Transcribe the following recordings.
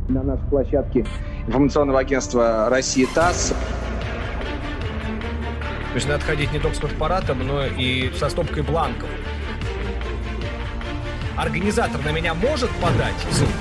На нашей площадке информационного агентства «Россия ТАСС». То есть надо ходить не только с фотоаппаратом, но и со стопкой бланков. Организатор на меня может подать в суд?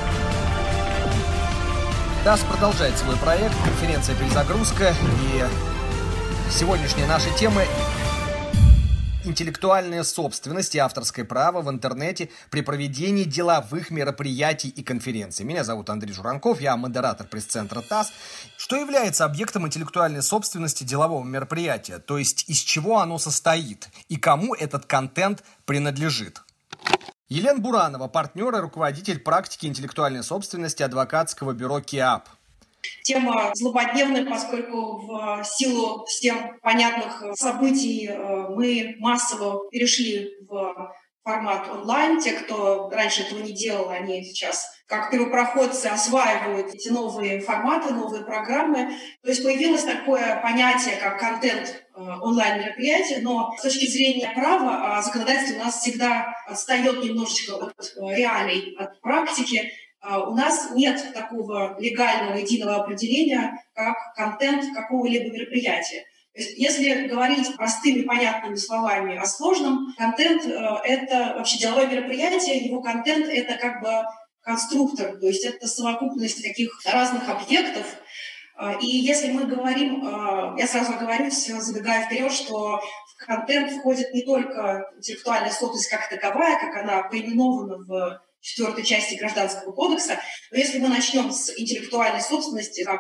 ТАСС продолжает свой проект, конференция «Перезагрузка». И сегодняшняя наша тема – интеллектуальная собственность и авторское право в интернете при проведении деловых мероприятий и конференций. Меня зовут Андрей Журанков, я модератор пресс-центра ТАСС. Что является объектом интеллектуальной собственности делового мероприятия? То есть из чего оно состоит и кому этот контент принадлежит? Елена Буранова, партнер и руководитель практики интеллектуальной собственности адвокатского бюро КИАП. Тема злободневная, поскольку в силу всем понятных событий мы массово перешли в формат онлайн. Те, кто раньше этого не делал, они сейчас как первопроходцы осваивают эти новые форматы, новые программы. То есть появилось такое понятие, как контент онлайн-мероприятия, но с точки зрения права законодательство у нас всегда отстает немножечко от реалий, от практики. У нас нет такого легального единого определения, как контент какого-либо мероприятия. То есть, если говорить простыми, понятными словами о сложном, контент — это вообще деловое мероприятие, его контент — это как бы конструктор, то есть это совокупность таких разных объектов. И если мы говорим, я сразу оговорюсь, забегая вперед, что в контент входит не только интеллектуальная собственность как таковая, как она поименована в 4 части Гражданского кодекса. Но если мы начнем с интеллектуальной собственности как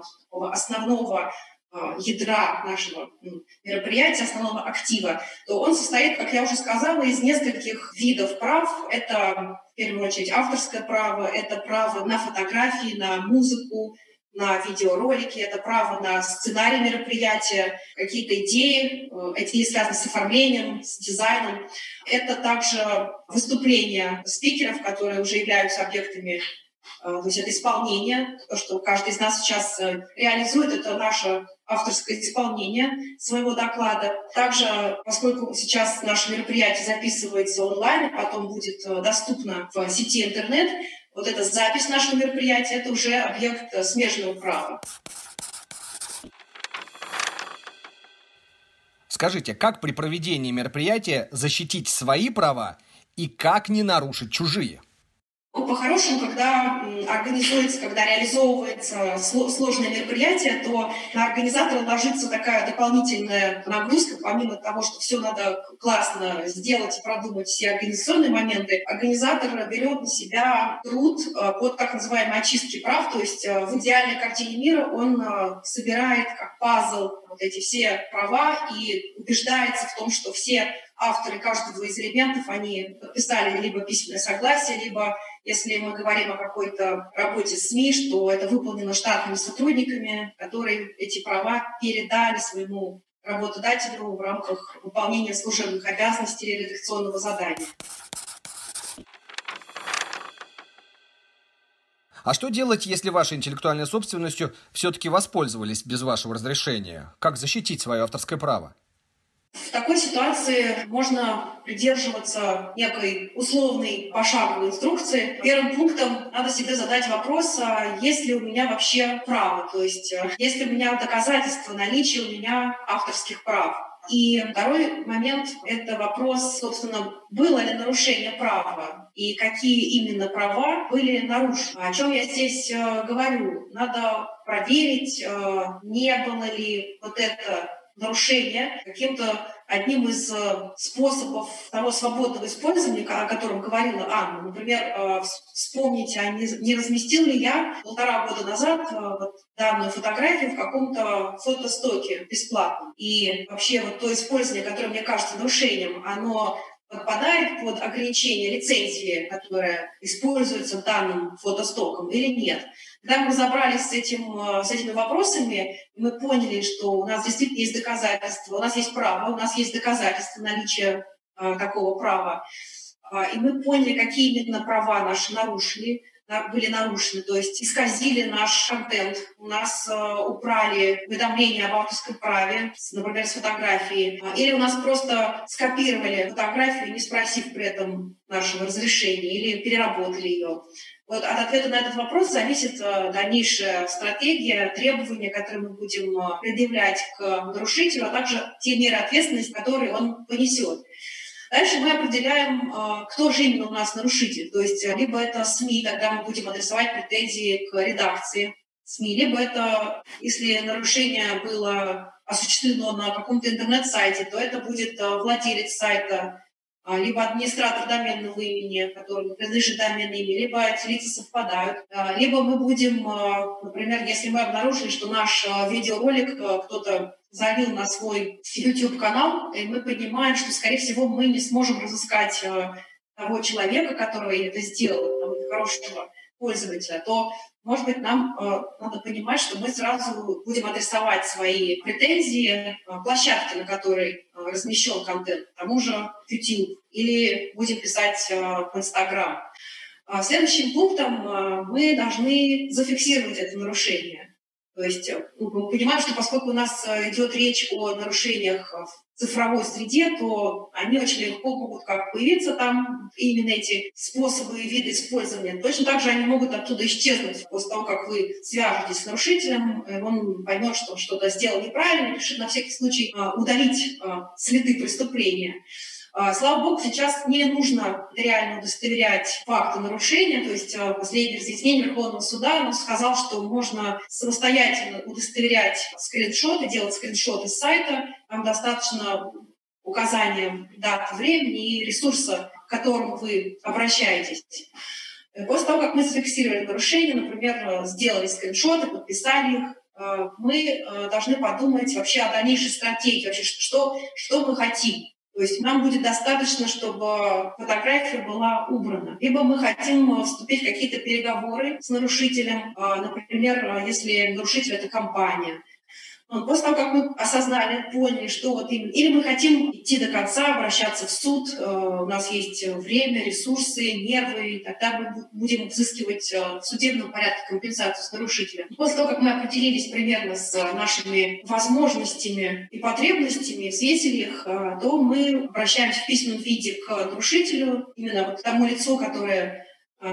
основного ядра нашего мероприятия, основного актива, то он состоит, как я уже сказала, из нескольких видов прав. Это, в первую очередь, авторское право, это право на фотографии, на музыку, на видеоролики, это право на сценарий мероприятия, какие-то идеи, эти идеи связаны с оформлением, с дизайном. Это также выступления спикеров, которые уже являются объектами, то есть это исполнение, то, что каждый из нас сейчас реализует, это наше авторское исполнение своего доклада. Также, поскольку сейчас наше мероприятие записывается онлайн, потом будет доступно в сети интернет, вот эта запись нашего мероприятия — это уже объект смежного права. Скажите, как при проведении мероприятия защитить свои права и как не нарушить чужие? По-хорошему, когда организуется, когда реализовывается сложное мероприятие, то на организатора ложится такая дополнительная нагрузка, помимо того, что все надо классно сделать и продумать все организационные моменты, организатор берет на себя труд под так называемой очистки прав, то есть в идеальной картине мира он собирает как пазл вот эти все права и убеждается в том, что все авторы каждого из элементов, они подписали либо письменное согласие, либо, если мы говорим о какой-то работе СМИ, что это выполнено штатными сотрудниками, которые эти права передали своему работодателю в рамках выполнения служебных обязанностей или редакционного задания. А что делать, если вашей интеллектуальной собственностью все-таки воспользовались без вашего разрешения? Как защитить свое авторское право? В такой ситуации можно придерживаться некой условной пошаговой инструкции. Первым пунктом надо себе задать вопрос, есть ли у меня вообще право, то есть есть ли у меня доказательства наличия у меня авторских прав. И второй момент — это вопрос, собственно, было ли нарушение права и какие именно права были нарушены. О чем я здесь говорю? Надо проверить, не было ли вот это нарушение каким-то одним из способов того свободного использования, о котором говорила Анна. Например, вспомните, не разместил ли я 1,5 года назад данную фотографию в каком-то фотостоке бесплатно. И вообще вот то использование, которое мне кажется нарушением, оно подпадает под ограничение лицензии, которая используется данным фотостоком, или нет. Когда мы разобрались с этими вопросами, мы поняли, что у нас действительно есть доказательства, у нас есть право, у нас есть доказательства наличия такого права. И мы поняли, какие именно права наши нарушили были нарушены, то есть исказили наш контент, у нас убрали уведомления об авторском праве, например, с фотографии, или у нас просто скопировали фотографию, не спросив при этом нашего разрешения, или переработали ее. Вот от ответа на этот вопрос зависит дальнейшая стратегия, требования, которые мы будем предъявлять к нарушителю, а также те меры ответственности, которые он понесет. Дальше мы определяем, кто же именно у нас нарушитель. То есть либо это СМИ, тогда мы будем адресовать претензии к редакции СМИ, либо это, если нарушение было осуществлено на каком-то интернет-сайте, то это будет владелец сайта, либо администратор доменного имени, которому принадлежит доменное имя, либо эти лица совпадают. Либо мы будем, например, если мы обнаружили, что наш видеоролик кто-то залил на свой YouTube-канал, и мы понимаем, что, скорее всего, мы не сможем разыскать того человека, который это сделал, того хорошего пользователя, то, может быть, нам надо понимать, что мы сразу будем адресовать свои претензии площадке, на которой размещен контент, к тому же YouTube, или будем писать в Instagram. Следующим пунктом мы должны зафиксировать это нарушение. То есть мы понимаем, что поскольку у нас идет речь о нарушениях в цифровой среде, то они очень легко могут как появиться там, именно эти способы и виды использования. Точно так же они могут оттуда исчезнуть после того, как вы свяжетесь с нарушителем, он поймет, что что-то сделал неправильно, решит на всякий случай удалить следы преступления. Слава богу, сейчас не нужно реально удостоверять факты нарушения, то есть последнее разъяснение Верховного суда сказал, что можно самостоятельно удостоверять скриншоты, делать скриншоты с сайта, там достаточно указания даты, времени и ресурса, к которому вы обращаетесь. После того, как мы зафиксировали нарушение, например, сделали скриншоты, подписали их, мы должны подумать вообще о дальнейшей стратегии, вообще, что мы хотим. То есть нам будет достаточно, чтобы фотография была убрана. Либо мы хотим вступить в какие-то переговоры с нарушителем, например, если нарушитель — это компания. После того, как мы осознали, поняли, что вот именно... Или мы хотим идти до конца, обращаться в суд, у нас есть время, ресурсы, нервы, и тогда мы будем взыскивать в судебном порядке компенсацию с нарушителем. После того, как мы определились примерно с нашими возможностями и потребностями, взвесили их, то мы обращаемся в письменном виде к нарушителю, именно вот к тому лицу, которое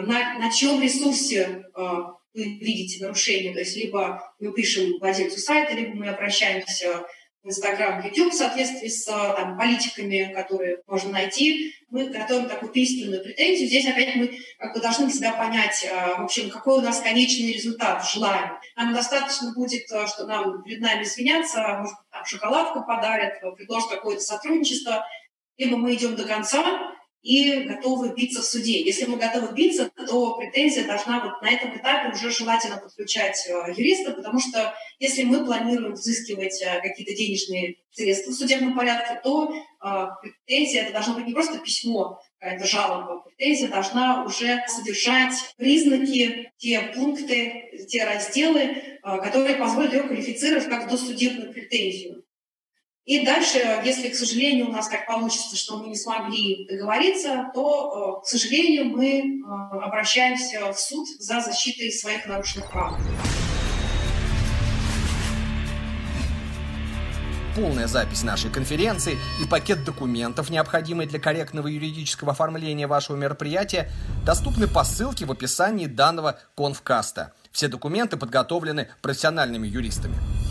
на чьем ресурсе вы видите нарушение, то есть либо мы пишем владельцу сайта, либо мы обращаемся в Instagram, YouTube в соответствии с политиками, которые можно найти. Мы готовим такую письменную претензию. Здесь опять мы должны для себя понять, в общем, какой у нас конечный результат, желаемый. Нам достаточно будет, что нам перед нами извинятся, может, шоколадку подарят, предложат какое-то сотрудничество, либо мы идем до конца и готовы биться в суде. Если мы готовы биться, то претензия должна вот на этом этапе уже желательно подключать юриста, потому что если мы планируем взыскивать какие-то денежные средства в судебном порядке, то претензия это должно быть не просто письмо, какая-то жалоба. Претензия должна уже содержать признаки, те пункты, те разделы, которые позволят ее квалифицировать как досудебную претензию. И дальше, если, к сожалению, у нас так получится, что мы не смогли договориться, то, к сожалению, мы обращаемся в суд за защитой своих нарушенных прав. Полная запись нашей конференции и пакет документов, необходимый для корректного юридического оформления вашего мероприятия, доступны по ссылке в описании данного конфкаста. Все документы подготовлены профессиональными юристами.